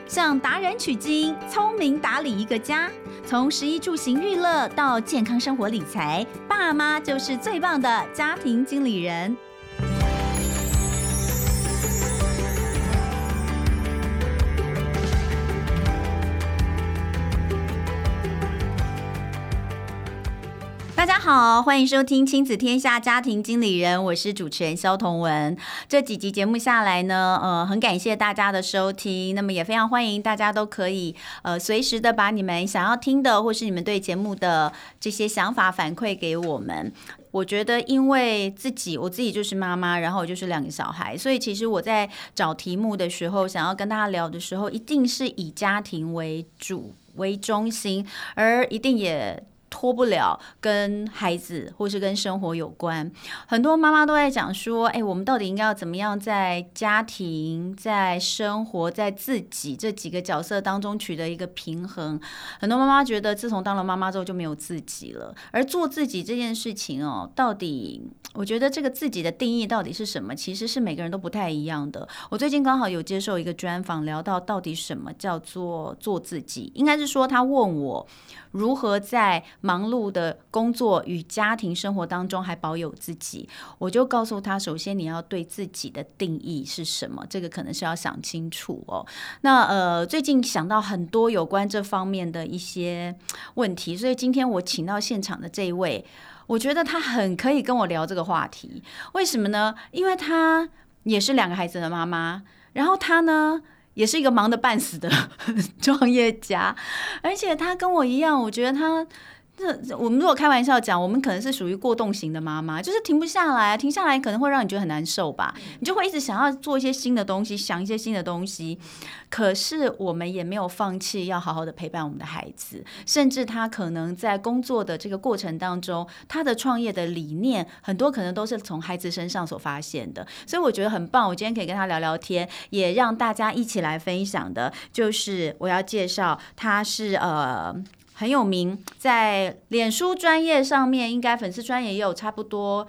向达人取经，聪明打理一个家。从食衣住行娱乐到健康生活理财，爸妈就是最棒的家庭经理人。大家好，欢迎收听亲子天下家庭经理人，我是主持人萧彤雯。这几集节目下来呢，很感谢大家的收听，那么也非常欢迎大家都可以随时的把你们想要听的或是你们对节目的这些想法反馈给我们。我觉得因为我自己就是妈妈，然后我就是2个小孩，所以其实我在找题目的时候，想要跟大家聊的时候，一定是以家庭为主为中心，而一定也脱不了跟孩子或是跟生活有关。很多妈妈都在讲说，我们到底应该要怎么样在家庭、在生活、在自己这几个角色当中取得一个平衡。很多妈妈觉得自从当了妈妈之后就没有自己了，而做自己这件事情到底我觉得这个自己的定义到底是什么，其实是每个人都不太一样的。我最近刚好有接受一个专访，聊到底什么叫做做自己，应该是说他问我如何在忙碌的工作与家庭生活当中还保有自己。我就告诉他，首先你要对自己的定义是什么，这个可能是要想清楚哦。那最近想到很多有关这方面的一些问题，所以今天我请到现场的这一位，我觉得他很可以跟我聊这个话题。为什么呢？因为他也是2个孩子的妈妈，然后他呢也是一个忙得半死的创业家，而且他跟我一样，我觉得我们如果开玩笑讲，我们可能是属于过动型的妈妈，就是停不下来，停下来可能会让你觉得很难受吧，你就会一直想要做一些新的东西，想一些新的东西。可是我们也没有放弃要好好的陪伴我们的孩子，甚至他可能在工作的这个过程当中，他的创业的理念很多可能都是从孩子身上所发现的，所以我觉得很棒。我今天可以跟他聊聊天，也让大家一起来分享的，就是我要介绍他是很有名，在脸书专页上面，应该粉丝专页也有差不多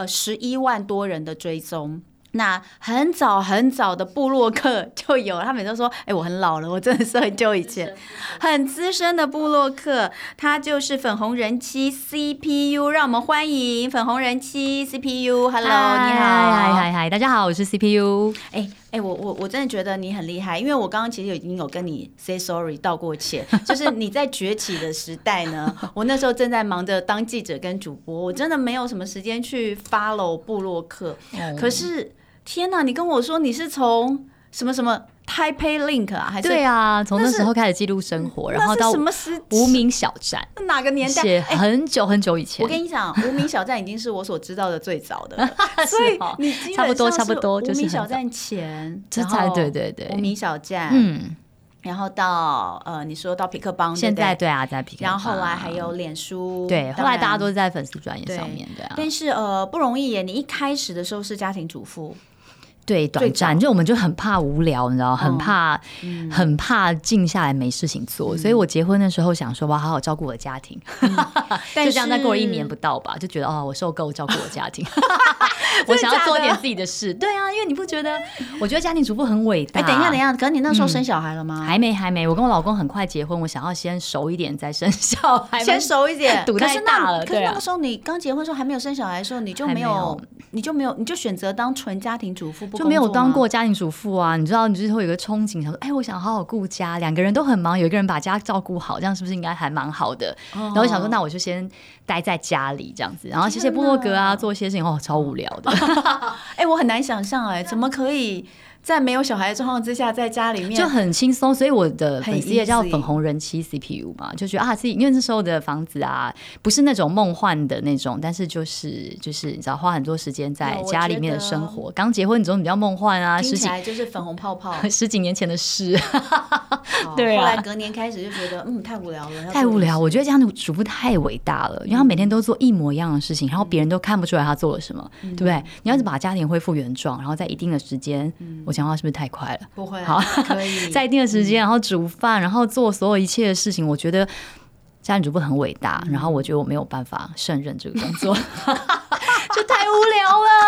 11万多人的追踪。那很早很早的部落客就有了，他们都说我很老了，我真的是很久以前很资深的部落客，他就是粉红人妻 CPU， 让我们欢迎粉红人妻 CPU。 Hello， 你好。 嗨，大家好，我是 CPU。 我真的觉得你很厉害，因为我刚刚其实已经有跟你 say sorry 道过歉，就是你在崛起的时代呢，我那时候正在忙着当记者跟主播，我真的没有什么时间去 follow 部落客。可是天哪，你跟我说你是从什么什么Taipei Link 啊？还是对啊，从那时候开始记录生活，然后到无名小站， 哪个年代？ 很久很久以前。 我跟你讲，无名小站已经是我所知道的最早的了，所以你基本上是无名小站前， 这才对， 无名小站，然后到你说到痞客邦， 现在对啊，在痞客邦， 然后后来还有脸书， 对，后来大家都是在粉丝专页上面，对啊。 但是不容易耶，你一开始的时候是家庭主妇。 对，短暂就我们就很怕无聊，你知道，很怕静下来没事情做，所以我结婚的时候想说，我要好好照顾我的家庭，就这样再过1年不到吧，就觉得我受够照顾我家庭，我想要做点自己的事。对啊，因为你不觉得？我觉得家庭主妇很伟大。 等一下，可是你那时候生小孩了吗？ 还没，我跟我老公很快结婚，我想要先熟一点再生小孩， 先熟一点， 赌太大了。 可是那个时候你刚结婚的时候还没有生小孩的时候，你就选择当纯家庭主妇。 就没有当过家庭主妇啊，你知道，你就是会有一个憧憬，想说，我想好好顾家，2个人都很忙，有一个人把家照顾好，这样是不是应该还蛮好的？然后想说，那我就先待在家里这样子，然后写写部落格啊，做一些事情，超无聊的。 我很难想象，怎么可以在没有小孩的状况之下，在家里面就很轻松，所以我的粉丝也叫粉红人妻 CPU 嘛，就觉得自己因为那时候的房子啊，不是那种梦幻的那种，但是就是你知道花很多时间在家里面的生活。刚结婚你总比较梦幻啊， 听起来就是粉红泡泡 ，10几年前的事。 对啊，后来隔年开始就觉得太无聊了， 太无聊。我觉得家庭主妇太伟大了，因为他每天都做一模一样的事情，然后别人都看不出来他做了什么，对不对？你要是把家庭恢复原状，然后在一定的时间，我讲话是不是太快了？ 不会， 好， 可以在一定的时间，然后煮饭，然后做所有一切的事情，我觉得家庭主妇很伟大，然后我觉得我没有办法胜任这个工作。就太无聊了。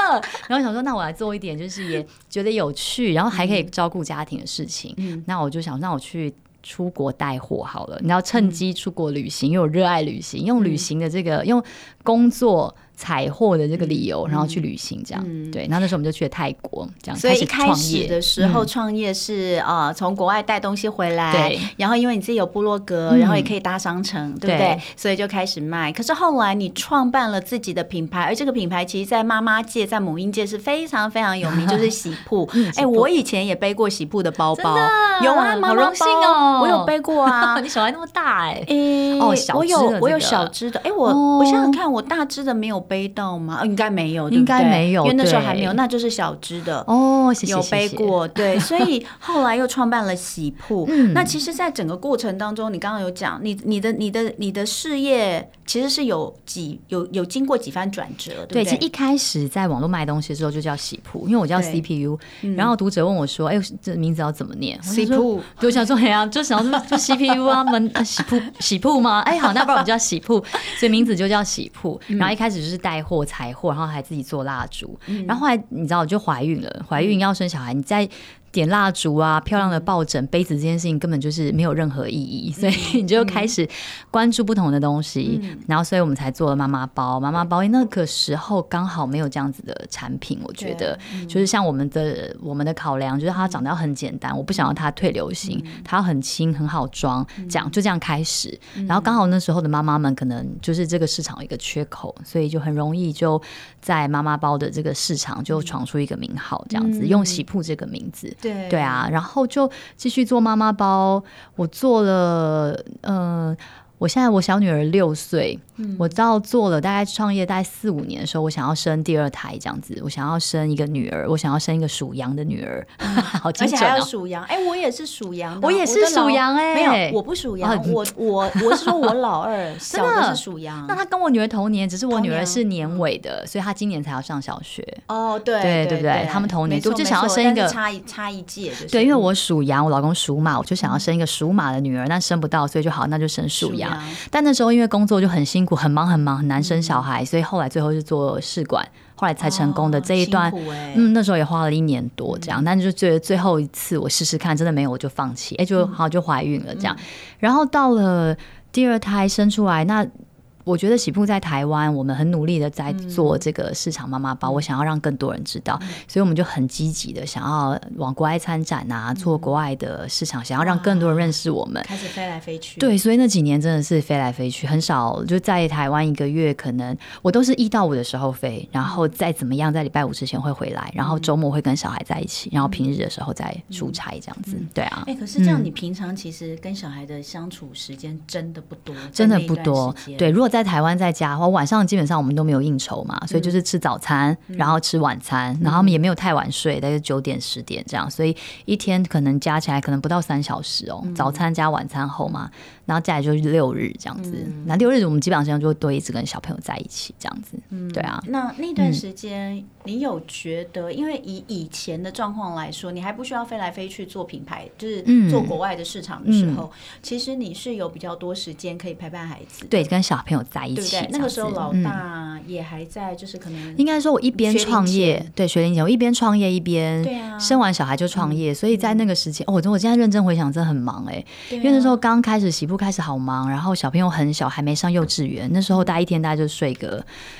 然后想说那我来做一点就是也觉得有趣，然后还可以照顾家庭的事情，那我就想那我去出国带货好了，你要趁机出国旅行，因为我热爱旅行，用旅行的这个用工作采货的这个理由，然后去旅行这样。对，那时候我们就去了泰国，这样。 所以一开始的时候创业是从国外带东西回来，然后因为你自己有部落格，然后也可以搭商城，对不对？所以就开始卖。可是后来你创办了自己的品牌，而这个品牌其实在妈妈界、在母婴界是非常非常有名，就是喜铺。我以前也背过喜铺的包包，有啊，妈妈包，好荣幸哦，我有背过啊。 你小孩那么大我有小只的，我想想看，我大只的没有背到吗？应该没有， 应该没有， 因为那时候还没有，那就是小只的谢谢有背过，对，所以后来又创办了喜铺。那其实，在整个过程当中，你刚刚有讲，你的事业其实是有经过几番转折，对不对？ 对，其实一开始在网络卖东西的时候就叫喜铺，因为我叫 CPU，然后读者问我说：“这名字要怎么念？” 喜铺， 就想说就想说就 CPU 啊，喜铺吗？好，那不然我们就叫喜铺，所以名字就叫喜铺。然后一开始就是带货、采货，然后还自己做蜡烛。然后后来你知道，我就怀孕了，怀孕要生小孩，你在点蜡烛啊、漂亮的抱枕、杯子这件事情根本就是没有任何意义，所以你就开始关注不同的东西，然后所以我们才做了妈妈包。妈妈包那个时候刚好没有这样子的产品，我觉得就是像我们的考量，就是它长得要很简单，我不想要它退流行，它要很轻、很好装，就这样开始。然后刚好那时候的妈妈们可能就是这个市场有一个缺口，所以就很容易就在妈妈包的这个市场就闯出一个名号，这样子用喜铺这个名字。对啊，然后就继续做妈妈包，我做了我现在我小女儿6岁，我到做了大概创业大概4-5年的时候，我想要生第2胎这样子，我想要生一个女儿，我想要生一个属羊的女儿，好精准而且还要属羊。我也是属羊的， 我也是属羊没有，我不属羊，我是说我老二小的是属羊， 那她跟我女儿同年，只是我女儿是年尾的，所以她今年才要上小学。 对不对？他们同年，我就想要生一个差一届， 对，因为我属羊，我老公属马，我就想要生一个属马的女儿，但生不到，所以就好，那就生属羊。但那时候因为工作就很辛苦，很忙，很难生小孩，所以后来最后是做试管，后来才成功的这一段。那时候也花了1年多这样，但就觉得最后一次我试试看，真的没有我就放弃，就怀孕了这样。然后到了第2胎生出来，那我觉得喜铺在台湾，我们很努力的在做这个市场妈妈包，我想要让更多人知道，所以我们就很积极的想要往国外参展啊，做国外的市场，想要让更多人认识我们， 开始飞来飞去。 对，所以那几年真的是飞来飞去，很少就在台湾1个月，可能我都是1到5的时候飞，然后再怎么样在礼拜5之前会回来，然后周末会跟小孩在一起，然后平日的时候再出差这样子。对啊， 可是这样你平常其实跟小孩的相处时间真的不多， 真的不多。对，如果在台湾在家的话，晚上基本上我们都没有应酬嘛，所以就是吃早餐，然后吃晚餐，然后他们也没有太晚睡，大概9点10点这样，所以一天可能加起来可能不到3小时早餐加晚餐后嘛，然后再来就是6日这样子。那6日我们基本上就都一直跟小朋友在一起这样子。对啊， 那段时间你有觉得，因为以前的状况来说，你还不需要飞来飞去做品牌，就是做国外的市场的时候，其实你是有比较多时间可以陪伴孩子， 对，跟小朋友在一起， 对不对？那个时候老大也还在，就是可能应该说我一边创业，对，学龄前我一边创业一边生完小孩就创业，所以在那个时间，我现在认真回想，真的很忙因为那时候刚开始喜铺开始好忙，然后小朋友很小，还没上幼稚园，那时候大概一天大概就睡个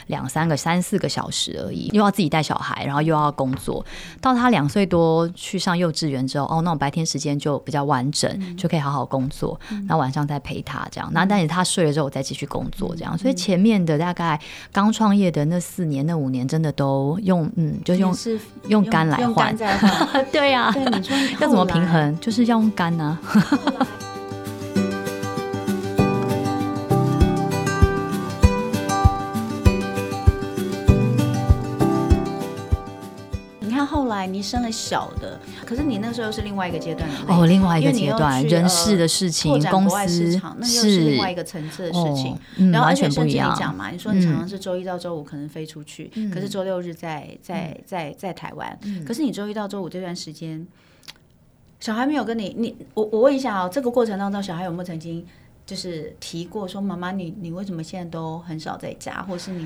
3-4个小时而已，又要自己带小孩，然后又要工作。到他2岁多去上幼稚园之后，那我白天时间就比较完整，就可以好好工作，那晚上再陪他这样。那但是他睡了之后，我再继续工作这样。所以前面的大概刚创业的那4年、那5年，真的都就用肝来换。对啊， 对，你说要怎么平衡？就是要用肝啊。 后来你生了小的，可是你那时候又是另外一个阶段的另外一个阶段，人事的事情，公司市场，那又是另外一个层次的事情。然后而且甚至你讲嘛，你说你常常是周1到周5可能飞出去，可是周6日在台湾，可是你周1到周5这段时间，小孩没有跟我问一下这个过程当中，小孩有没有曾经就是提过说，妈妈你为什么现在都很少在家，或是你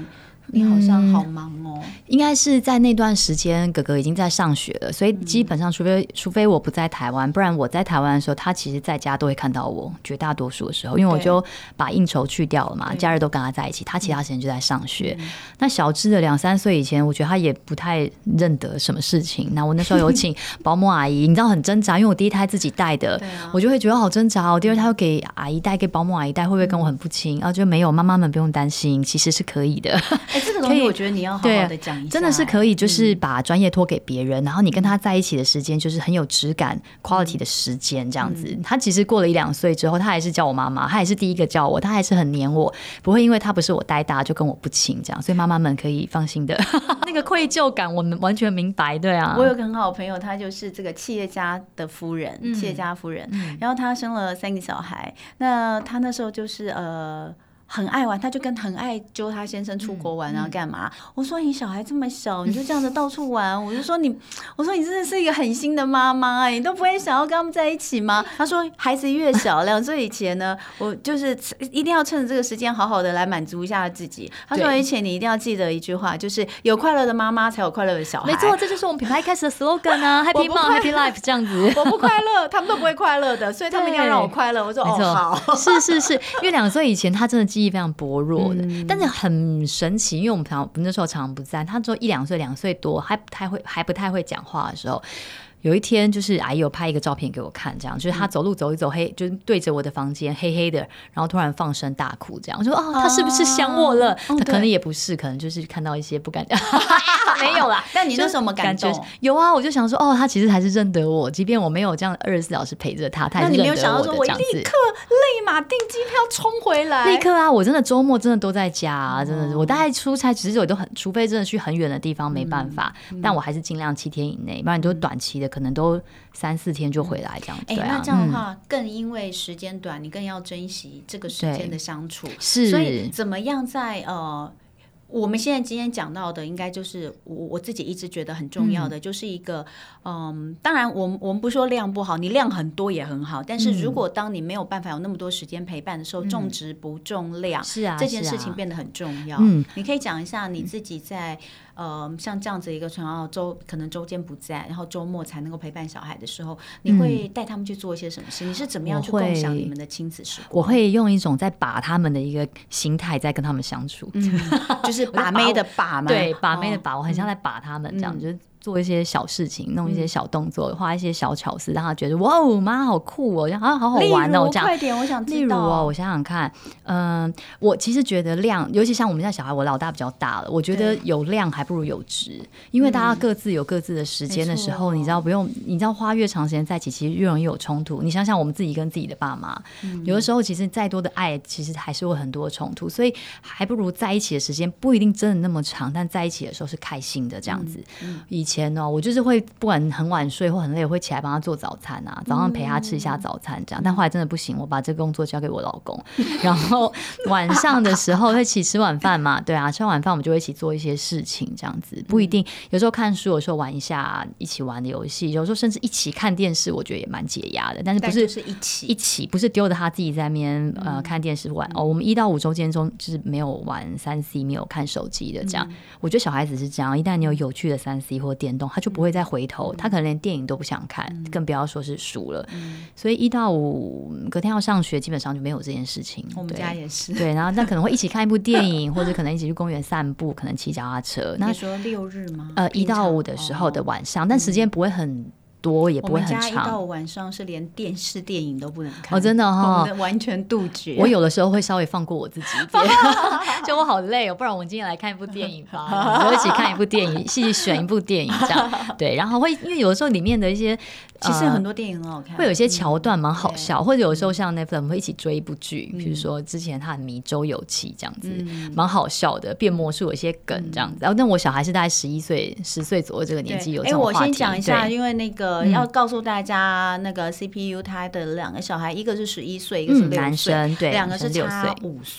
你好像好忙哦。 应该是在那段时间哥哥已经在上学了，所以基本上除非我不在台湾，不然我在台湾的时候他其实在家都会看到我，绝大多数的时候，因为我就把应酬去掉了嘛，假日都跟他在一起，他其他时间就在上学。那小只的2-3岁以前，我觉得他也不太认得什么事情。那我那时候有请保姆阿姨，你知道很挣扎，因为我第一胎自己带的，我就会觉得好挣扎哦。第二胎又给阿姨带，给保姆阿姨带，会不会跟我很不亲？然后就没有，妈妈们不用担心，其实是可以的。 这个东西我觉得你要好好的讲一下， 真的是可以，就是把专业托给别人，然后你跟他在一起的时间就是很有质感 quality 的时间这样子。他其实过了1-2岁之后，他还是叫我妈妈，他也是第一个叫我，他还是很黏我，不会因为他不是我带大就跟我不亲这样，所以妈妈们可以放心的。那个愧疚感我们完全明白，对啊。 我有个很好的朋友，他就是这个企业家的夫人，企业家夫人，然后他生了3个小孩，那他那时候就是很爱玩，他就很爱揪他先生出国玩啊，干嘛？我说你小孩这么小，你就这样子到处玩，我说你真的是一个狠心的妈妈，你都不会想要跟他们在一起吗？他说孩子越小，2岁以前呢，我就是一定要趁着这个时间好好的来满足一下自己。他说而且你一定要记得一句话，就是有快乐的妈妈才有快乐的小孩。 没错，这就是我们品牌一开始的 slogan 啊，Happy Mom Happy Life 这样子。 我不快乐，他们都不会快乐的，所以他们一定要让我快乐。我说好， 是，因为2岁以前他真的记忆非常薄弱的，但是很神奇，因为我们那时候常常不在，他只有1-2岁2岁多还不太会讲话的时候，有一天就是阿姨有拍一个照片给我看，这样就是他走路走一走，就是对着我的房间黑黑的，然后突然放声大哭，这样我说他是不是想我了？他可能也不是，可能就是看到一些不敢没有啦。 但你那时候有没有感动？ 有啊，我就想说他其实还是认得我，即便我没有这样24小时陪着他，他还是认得我的这样子。那你没有想到说我立刻立马订机票冲回来？ 立刻啊！我真的周末真的都在家啊，真的是我大概出差其实我都除非真的去很远的地方没办法，但我还是尽量7天以内，不然你就短期的可能都3-4天就回来这样。 那这样的话，更因为时间短，你更要珍惜这个时间的相处。 是， 所以怎么样在我们今天讲到的，应该就是我自己一直觉得很重要的，就是一个当然我们不说量不好，你量很多也很好，但是如果当你没有办法有那么多时间陪伴的时候，重质不重量， 是啊， 这件事情变得很重要。你可以讲一下你自己在像这样子一个可能周间不在，然后周末才能够陪伴小孩的时候，你会带他们去做一些什么事？你是怎么样去共享你们的亲子时光？ 我会用一种在把他们的一个心态在跟他们相处， 就是把妹的把嘛， 对，把妹的把，我很像在把他们这样，就是做一些小事情，弄一些小动作，画一些小巧思，让他觉得哇哦，妈好酷哦，好好玩哦，这样。 快点，我想知道。 例如我想想看，我其实觉得量，尤其像我们家小孩，我老大比较大了，我觉得有量还不如有质，因为大家各自有各自的时间的时候，你知道花越长时间在一起，其实越容易有冲突。你想想我们自己跟自己的爸妈，有的时候其实再多的爱，其实还是会很多冲突，所以还不如在一起的时间不一定真的那么长，但在一起的时候是开心的这样子。以前我就是会不管很晚睡或很累，我会起来帮他做早餐啊，早上陪他吃一下早餐这样。但后来真的不行，我把这个工作交给我老公，然后晚上的时候会一起吃晚饭嘛，对啊，吃完晚饭我们就会一起做一些事情这样子，不一定有时候看书，有时候玩一下一起玩的游戏，有时候甚至一起看电视，我觉得也蛮解压的。但是不是就是一起，不是丢着他自己在那边看电视玩我们1到5周间中就是没有玩3C， 没有看手机的这样。我觉得小孩子是这样，一旦你有趣的3C 或电动，他就不会再回头，他可能连电影都不想看，更不要说是书了。所以1到5隔天要上学，基本上就没有这件事情。 我们家也是。 对，然后那可能会一起看一部电影，或者可能一起去公园散步，可能骑脚踏车。 你说6日吗 ？1到5的时候的晚上，但时间不会很多，也不会很长。 我们家1到5晚上是连电视电影都不能看真的我们完全杜绝。 我有的时候会稍微放过我自己一点，就我好累不然我们今天来看一部电影吧，就一起看一部电影，一起选一部电影这样。对，然后因为有的时候里面的一些其实很多电影很好看， 会有一些桥段蛮好笑，或者有时候像 Netflix 我们会一起追一部剧，比如说之前他很迷周游记这样子，蛮好笑的，变魔术有一些梗这样子。然后但我小孩是大概11岁10岁左右这个年纪有这种话题。 我先讲一下，因为那个要告诉大家，那个 CPU 他的2个小孩，一个是11岁，一个是6岁， 男生，对 ，2个是差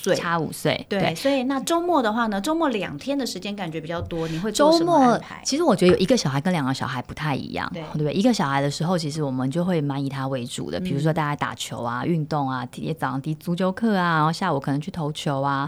5岁，对。所以那周末的话呢，周末2天的时间感觉比较多，你会做什么安排？ 其实我觉得有一个小孩跟2个小孩不太一样，对不对？一个小孩的时候，其实我们就会蛮以他为主的，比如说大家打球啊、运动啊，早上踢足球课啊，然后下午可能去投球啊。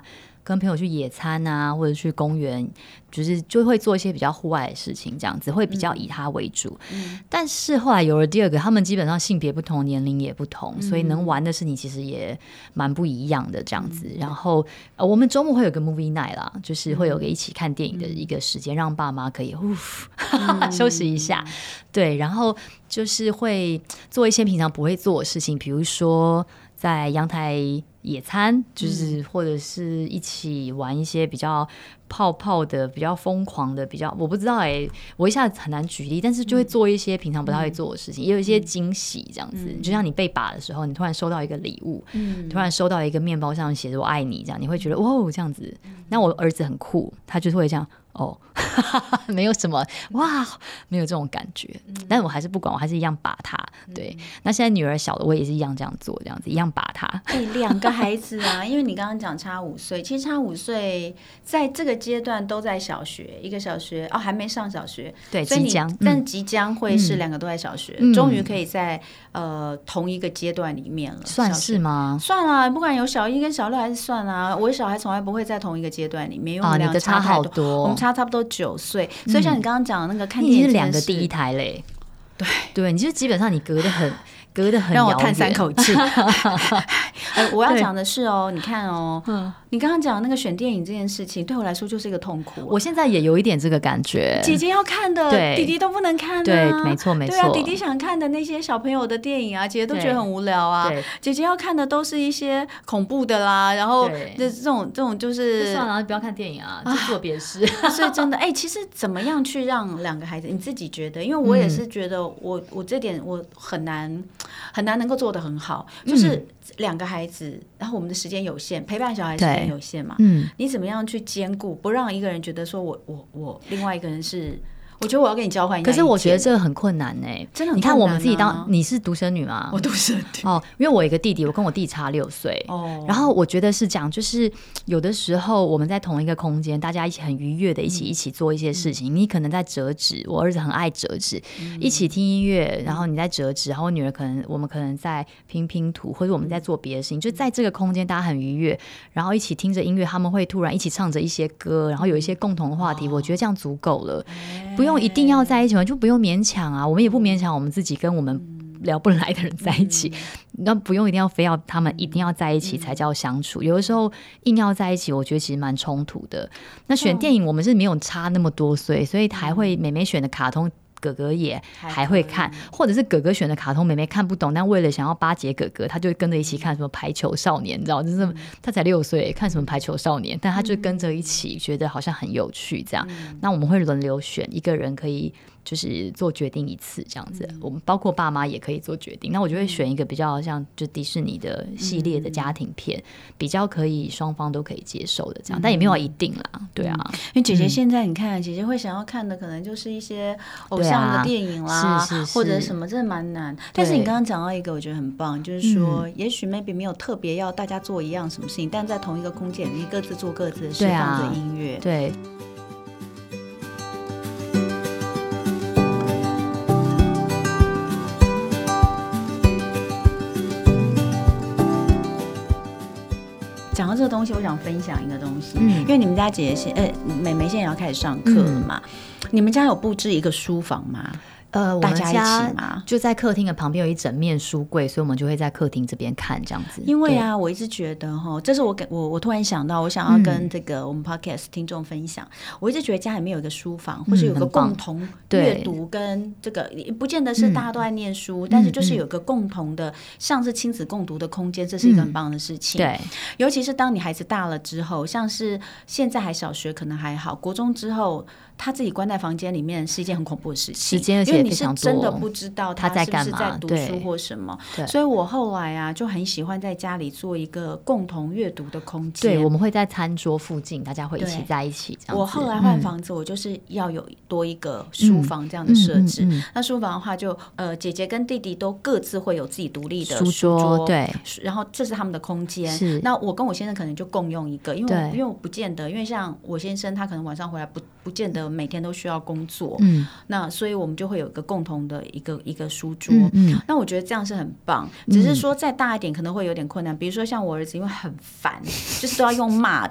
跟朋友去野餐啊，或者去公园，就会做一些比较户外的事情，这样子会比较以他为主。但是后来有了第二个，他们基本上性别不同，年龄也不同，所以能玩的事情其实也蛮不一样的这样子。然后我们周末会有个 movie night 啦，就是会有个一起看电影的一个时间，让爸妈可以休息一下。对，然后就是会做一些平常不会做的事情，比如说在阳台野餐，就是或者是一起玩一些比较泡泡的、比较疯狂的、比较我不知道我一下子很难举例，但是就会做一些平常不太会做的事情，也有一些惊喜这样子。就像你被把的时候，你突然收到一个礼物，突然收到一个面包上写着我爱你，这样你会觉得哇这样子。那我儿子很酷，他就是会这样没有什么哇，没有这种感觉，但是我还是不管，我还是一样把他。对，那现在女儿小的，我也是一样这样做，这样子一样把他。 2个孩子啊，因为你刚刚讲差5岁，其实差5岁在这个阶段都在小学，一个小学还没上小学， 对，即将， 但即将会是2个都在小学，终于可以在同一个阶段里面了， 算是吗？ 算啊，不管有小1跟小6还是算啊。我的小孩从来不会在同一个阶段里面，因为我们两个差好多，我们差不多9岁，所以像你刚刚讲的那个看电影， 你是2个第一胎嘞，对，你就基本上你隔得很让我叹3口气。我要讲的是你看你刚刚讲那个选电影这件事情，对我来说就是一个痛苦。 我现在也有一点这个感觉， 姐姐要看的，弟弟都不能看啊。 对，没错。 对啊，弟弟想看的那些小朋友的电影啊，姐姐都觉得很无聊啊。姐姐要看的都是一些恐怖的啦，然后这种就是算了，不要看电影啊，就做别的事。 所以真的其实怎么样去让2个孩子，你自己觉得？因为我也是觉得我这点我很难能够做得很好，就是2个孩子，然后我们的时间有限，陪伴小孩时间有限嘛，你怎么样去兼顾，不让一个人觉得说我另外一个人是，我觉得我要跟你交换一下意见。 可是我觉得这个很困难真的很困难。 你看我们自己你是独生女吗？ 我独生女因为我有一个弟弟，我跟我弟差6岁然后我觉得是这样，就是有的时候我们在同一个空间，大家一起很愉悦的一起做一些事情，你可能在折纸，我儿子很爱折纸，一起听音乐，然后你在折纸，然后我女儿我们可能在拼图，或者我们在做别的事情，就在这个空间大家很愉悦，然后一起听着音乐，他们会突然一起唱着一些歌，然后有一些共同的话题，我觉得这样足够了，不用一定要在一起嘛，就不用勉强啊，我们也不勉强我们自己跟我们聊不来的人在一起，那不用一定要非要他们一定要在一起才叫相处，有的时候硬要在一起，我觉得其实蛮冲突的。那选电影我们是没有差那么多岁，所以还会妹妹选的卡通哥哥也还会看，或者是哥哥选的卡通妹妹看不懂，但为了想要巴结哥哥，他就跟着一起看什么排球少年，你知道，就是他才6岁看什么排球少年，但他就跟着一起觉得好像很有趣这样。那我们会轮流选，一个人可以就是做决定一次这样子，我们包括爸妈也可以做决定。那我就会选一个比较像就迪士尼的系列的家庭片，比较可以双方都可以接受的这样，但也没有一定啦。对啊， 因为姐姐现在你看，姐姐会想要看的可能就是一些偶像的电影啦，是或者什么，真的蛮难。但是你刚刚讲到一个我觉得很棒，就是说也许 maybe 没有特别要大家做一样什么事情，但在同一个空间里各自做各自的事，放着音乐。对。讲到这个东西，我想分享一个东西，因为你们家姐姐妹妹现在也要开始上课了嘛，你们家有布置一个书房吗？ 我们家就在客厅的旁边有一整面书柜，所以我们就会在客厅这边看这样子。 因为我一直觉得这是我突然想到，我想要跟这个我们 podcast 听众分享，我一直觉得家里面有一个书房，或是有个共同阅读跟这个不见得是大家都在念书，但是就是有个共同的像是亲子共读的空间，这是一个很棒的事情。对，尤其是当你孩子大了之后，像是现在还小学可能还好，国中之后他自己关在房间里面是一件很恐怖的事情，因为你是真的不知道他是不是在读书或什么。所以我后来就很喜欢在家里做一个共同阅读的空间。 对，我们会在餐桌附近，大家会一起在一起这样子。 我后来换房子，我就是要有多一个书房这样的设置。那书房的话就姐姐跟弟弟都各自会有自己独立的书桌，对，然后这是他们的空间。那我跟我先生可能就共用一个，因为我不见得，因为像我先生他可能晚上回来不见得每天都需要工作，那所以我们就会有一个共同的一个书桌。那我觉得这样是很棒，只是说再大一点可能会有点困难，比如说像我儿子因为很烦，就是都要用骂的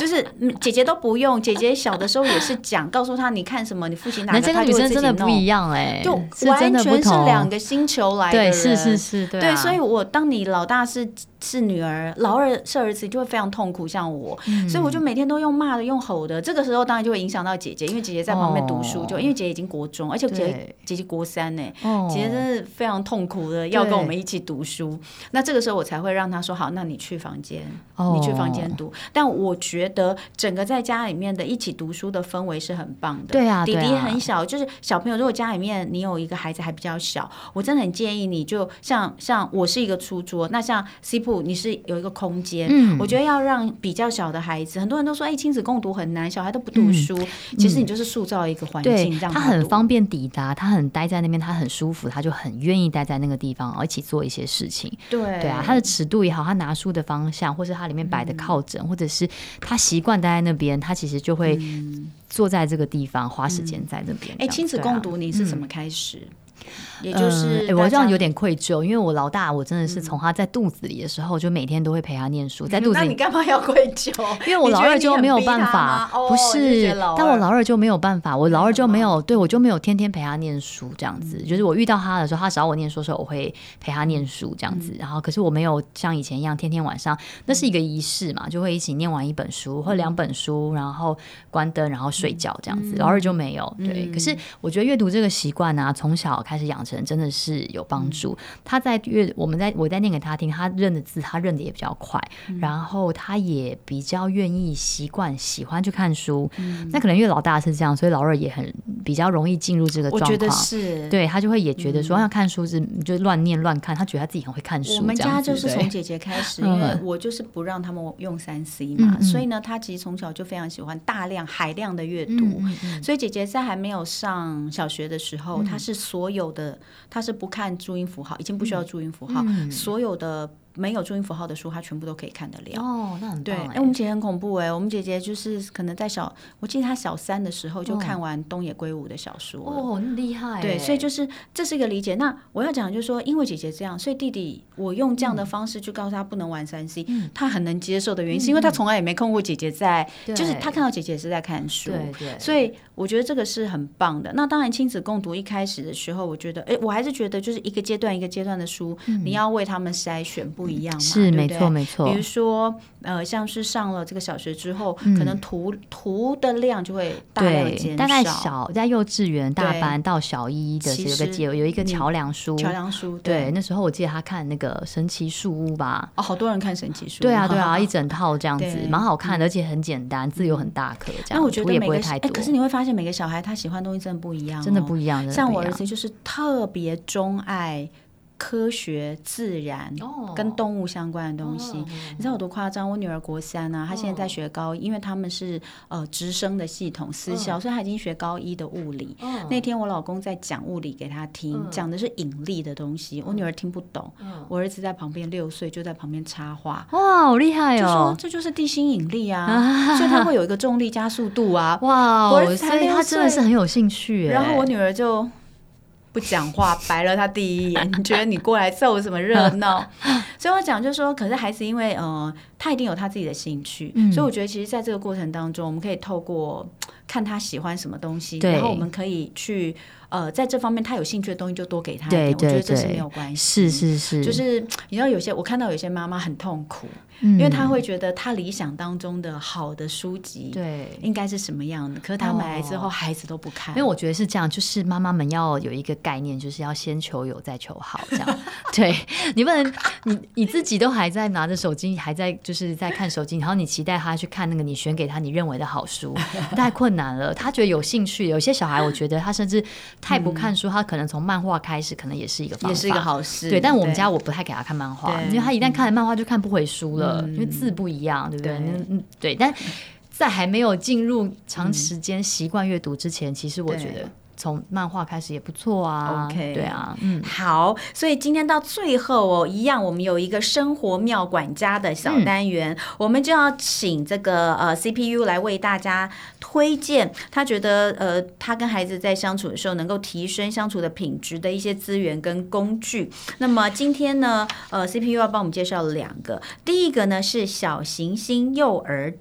就是姐姐都不用，姐姐小的时候也是讲，告诉她你看什么，你复习哪个， 男生跟女生真的不一样就完全是两个星球来的人。 对，是，对啊， 对，所以当你老大是女儿，老二是儿子，就会非常痛苦，像我，所以我就每天都用骂的，用吼的。这个时候当然就会影响到姐姐，因为姐姐在旁边读书，就因为姐姐已经国中，而且姐姐国3呢，姐姐真是非常痛苦的，要跟我们一起读书。那这个时候我才会让她说好，那你去房间，你去房间读。但我觉得整个在家里面的一起读书的氛围是很棒的。 对啊， 弟弟很小，就是小朋友，如果家里面你有一个孩子还比较小，我真的很建议你就像我是一个书桌，那像 C 铺你是有一个空间，我觉得要让比较小的孩子，很多人都说亲子共读很难，小孩都不读书，其实你就是塑造一个环境，让他很方便抵达，他很待在那边，他很舒服，他就很愿意待在那个地方，一起做一些事情。对啊，他的尺度也好，他拿书的方向，或是他里面摆的靠枕，或者是他习惯待在那边，他其实就会坐在这个地方，花时间在那边。 亲子共读你是怎么开始？也就是我这样有点愧疚，因为我老大，我真的是从他在肚子里的时候，就每天都会陪他念书，在肚子里。 那你干嘛要愧疚？ 因为我老二就没有办法，不是，但我老二就没有办法，我老二就没有，对我就没有天天陪他念书这样子。就是我遇到他的时候，他找我念书的时候，我会陪他念书这样子。然后，可是我没有像以前一样天天晚上，那是一个仪式嘛，就会一起念完一本书或2本书，然后关灯，然后睡觉这样子。老二就没有，对。可是我觉得阅读这个习惯啊，从小开始养成。真的是有帮助。他在我在念给他听，他认的字他认的也比较快，然后他也比较愿意喜欢去看书。那可能因为老大是这样，所以老二也比较容易进入这个状况。 我觉得是， 对，他就会也觉得说要看书就乱念乱看，他觉得他自己很会看书。 我们家就是从姐姐开始，因为我就是不让他们用3C 嘛，所以呢，他其实从小就非常喜欢海量的阅读。所以姐姐在还没有上小学的时候，她是所有的。他是不看注音符号，已经不需要注音符号，所有的没有注音符号的书，他全部都可以看得了。 那很棒。 对，我们姐姐很恐怖我们姐姐就是可能在我记得她小3的时候就看完东野圭吾的小说了。 那厉害。 对，所以就是这是一个理解。那我要讲的就是说，因为姐姐这样，所以弟弟我用这样的方式去告诉他不能玩3C，他很能接受的原因是因为他从来也没看过姐姐在，就是他看到姐姐是在看书，对，所以我觉得这个是很棒的。那当然亲子共读一开始的时候，我觉得我还是觉得就是一个阶段一个阶段的书，你要为他们筛选不一样嘛， 是对不对？ 没错。 比如说像是上了这个小学之后，可能图的量就会大量的减少。 大概在幼稚园大班到小1的有一个桥梁书，对，那时候我记得他看那个神奇树屋吧， 好多人看神奇树屋， 对啊，一整套这样子，蛮好看的，而且很简单，字又很大颗，这样。 那我觉得也不会太多。 可是你会发现每个小孩他喜欢的东西真的不一样， 真的不一样。 像我儿子就是特别钟爱科学、自然跟动物相关的东西，你知道有多夸张？我女儿国3啊，她现在在学高1，因为他们是直升的系统私校，所以她已经学高1的物理。那天我老公在讲物理给她听，讲的是引力的东西，我女儿听不懂，我儿子在旁边6岁就在旁边插话， 哇，好厉害就说这就是地心引力啊，所以它会有一个重力加速度啊， 哇，所以他真的是很有兴趣。 然后我女儿就不讲话，白了他第一眼。你觉得你过来凑什么热闹？所以我讲就是说，可是孩子因为他一定有他自己的兴趣，所以我觉得其实在这个过程当中，我们可以透过看他喜欢什么东西，然后我们可以去在这方面他有兴趣的东西就多给他一点，我觉得这是没有关系。 是， 就是你知道我看到有些妈妈很痛苦。因为他会觉得他理想当中的好的书籍对应该是什么样的，可是他买来之后孩子都不看。 因为我觉得是这样，就是妈妈们要有一个概念，就是要先求有再求好这样。对，你不能你自己都还在拿着手机，还在就是在看手机，然后你期待他去看那个你选给他你认为的好书，太困难了。他觉得有兴趣，有些小孩我觉得他甚至太不看书，他可能从漫画开始，可能也是一个方法， 也是一个好事。 对，但我们家我不太给他看漫画，因为他一旦看了漫画就看不回书了。因为字不一样，对不对？对，但在还没有进入长时间习惯阅读之前，其实我觉得从漫画开始也不错啊。 OK， 对啊， 好，所以今天到最后一样我们有一个生活妙管家的小单元，我们就要请这个CPU 来为大家推荐他觉得他跟孩子在相处的时候能够提升相处的品质的一些资源跟工具。那么今天呢CPU 要帮我们介绍2个，第一个呢是小行星幼儿志。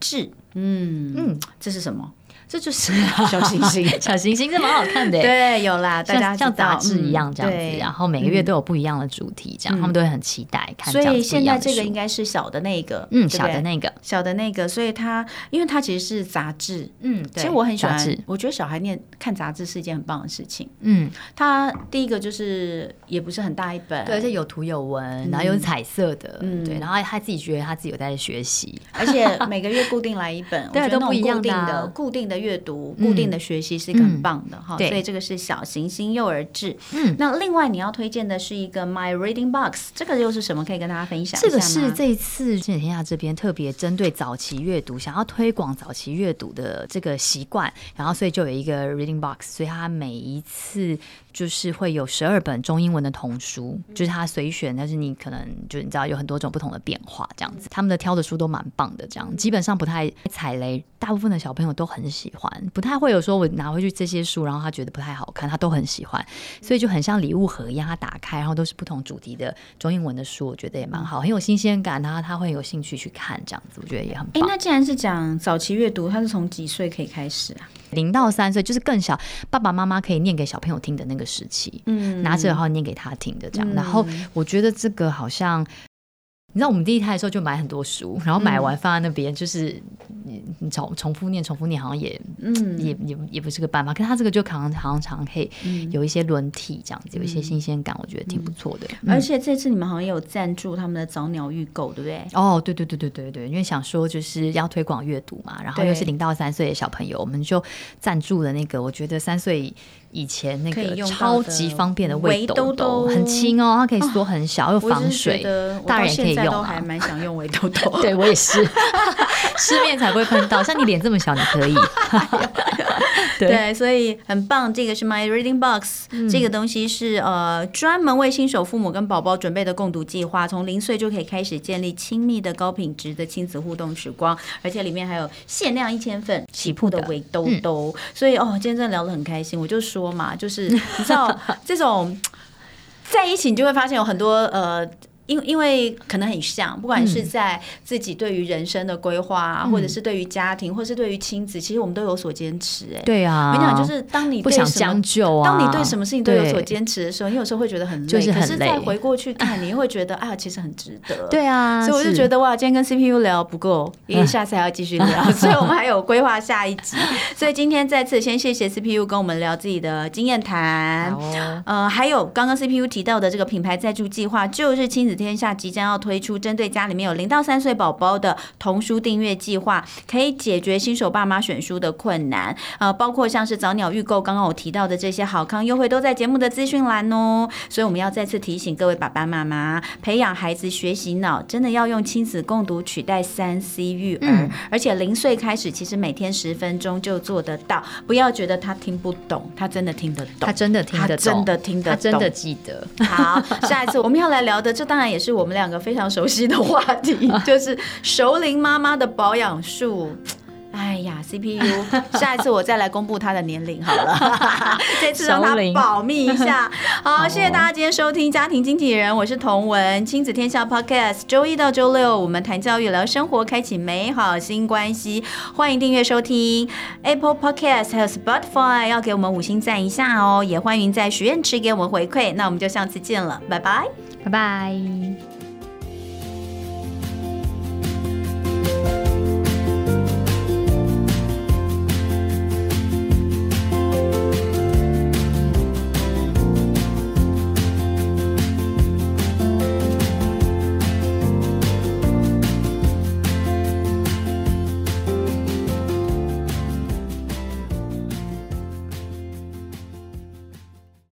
这是什么？ 这就是小星星， 小星星，这蛮好看的。 对，有啦，大家像杂志一样这样子，然后每个月都有不一样的主题，这样他们都会很期待看。 所以现在这个应该是小的那个， 小的那个， 所以因为它其实是杂志，对，其实我很喜欢，我觉得小孩看杂志是一件很棒的事情。它第一个就是也不是很大一本， 对，而且有图有文，然后有彩色的，对，然后他自己觉得他自己有在学习， 而且每个月固定来一本， 对，都不一样固定的阅读、固定的学习是一个很棒的哈，所以这个是小行星幼儿志。那另外你要推荐的是一个 My Reading Box， 这个又是什么？可以跟大家分享一下吗？ 这个是这一次亲子天下这边特别针对早期阅读，想要推广早期阅读的这个习惯，然后所以就有一个 Reading Box， 所以它每一次就是会有12本中英文的童书，就是它随选，但是你可能就你知道有很多种不同的变化这样子，他们的挑的书都蛮棒的，这样基本上不太踩雷，大部分的小朋友都很喜欢，不太会有说我拿回去这些书然后他觉得不太好看，他都很喜欢，所以就很像礼物盒一样，他打开然后都是不同主题的中英文的书，我觉得也蛮好，很有新鲜感，然后他会有兴趣去看这样子，我觉得也很棒。 那既然是讲早期阅读，他是从几岁可以开始啊 ？0到3岁，就是更小，爸爸妈妈可以念给小朋友听的那个时期，拿着然后念给他听的这样。然后我觉得这个好像，你知道我们第一胎的时候就买很多书，然后买完放在那边，就是你重复念，好像也不是个办法。可是他这个就常常可以有一些轮替这样子，有一些新鲜感，我觉得挺不错的。 而且这次你们好像也有赞助他们的早鸟预购，对不对？ 哦，对，因为想说就是要推广阅读嘛，然后又是0到3岁的小朋友，我们就赞助了那个，我觉得3岁以前那个超级方便的围兜兜，很轻哦，它可以缩很小，又防水，大人也可以用啊。 都还蛮想用围兜兜， 对我也是，市面才不会碰到。像你脸这么小，你可以。 对，所以很棒。这个是 My Reading Box，这个东西是专门为新手父母跟宝宝准备的共读计划，从0岁就可以开始建立亲密的高品质的亲子互动时光，而且里面还有限量1000份起步的围兜兜。所以今天真的聊得很开心，我就说嘛，就是你知道这种在一起，你就会发现有很多因为可能很像，不管是在自己对于人生的规划，或者是对于家庭，或是对于亲子，其实我们都有所坚持。 对啊， 我跟你讲，就是当你不想将就啊， 当你对什么事情都有所坚持的时候，你有时候会觉得很累， 就是很累。 可是再回过去看，你会觉得其实很值得。 对啊， 所以我就觉得哇，今天跟 CPU 聊不够，因为下次还要继续聊，所以我们还有规划下一集。所以今天再次先谢谢 CPU 跟我们聊自己的经验谈。还有刚刚 CPU 提到的这个品牌赞助计划，就是亲子天下即将要推出针对家里面有0到3岁宝宝的童书订阅计划，可以解决新手爸妈选书的困难。包括像是早鸟预购，刚刚我提到的这些好康优惠都在节目的资讯栏哦。所以我们要再次提醒各位爸爸妈妈，培养孩子学习脑，真的要用亲子共读取代3C 育儿，而且0岁开始，其实每天10分钟就做得到。不要觉得他听不懂，他真的听得懂， 他真的听得懂， 他真的听得懂， 他真的记得。 好，下一次我们要来聊的，这当然也是我们两个非常熟悉的话题，就是熟龄妈妈的保养术。哎呀 CPU 下一次我再来公布他的年龄好了这次让他保密一下好，谢谢大家今天收听家庭经纪人，我是童文，亲子天下 Podcast， 周一到周六我们谈教育聊生活，开启美好新关系，欢迎订阅收听 Apple Podcast 还有 Spotify， 要给我们5星赞一下哦，也欢迎在许愿池给我们回馈，那我们就下次见了，拜拜拜拜。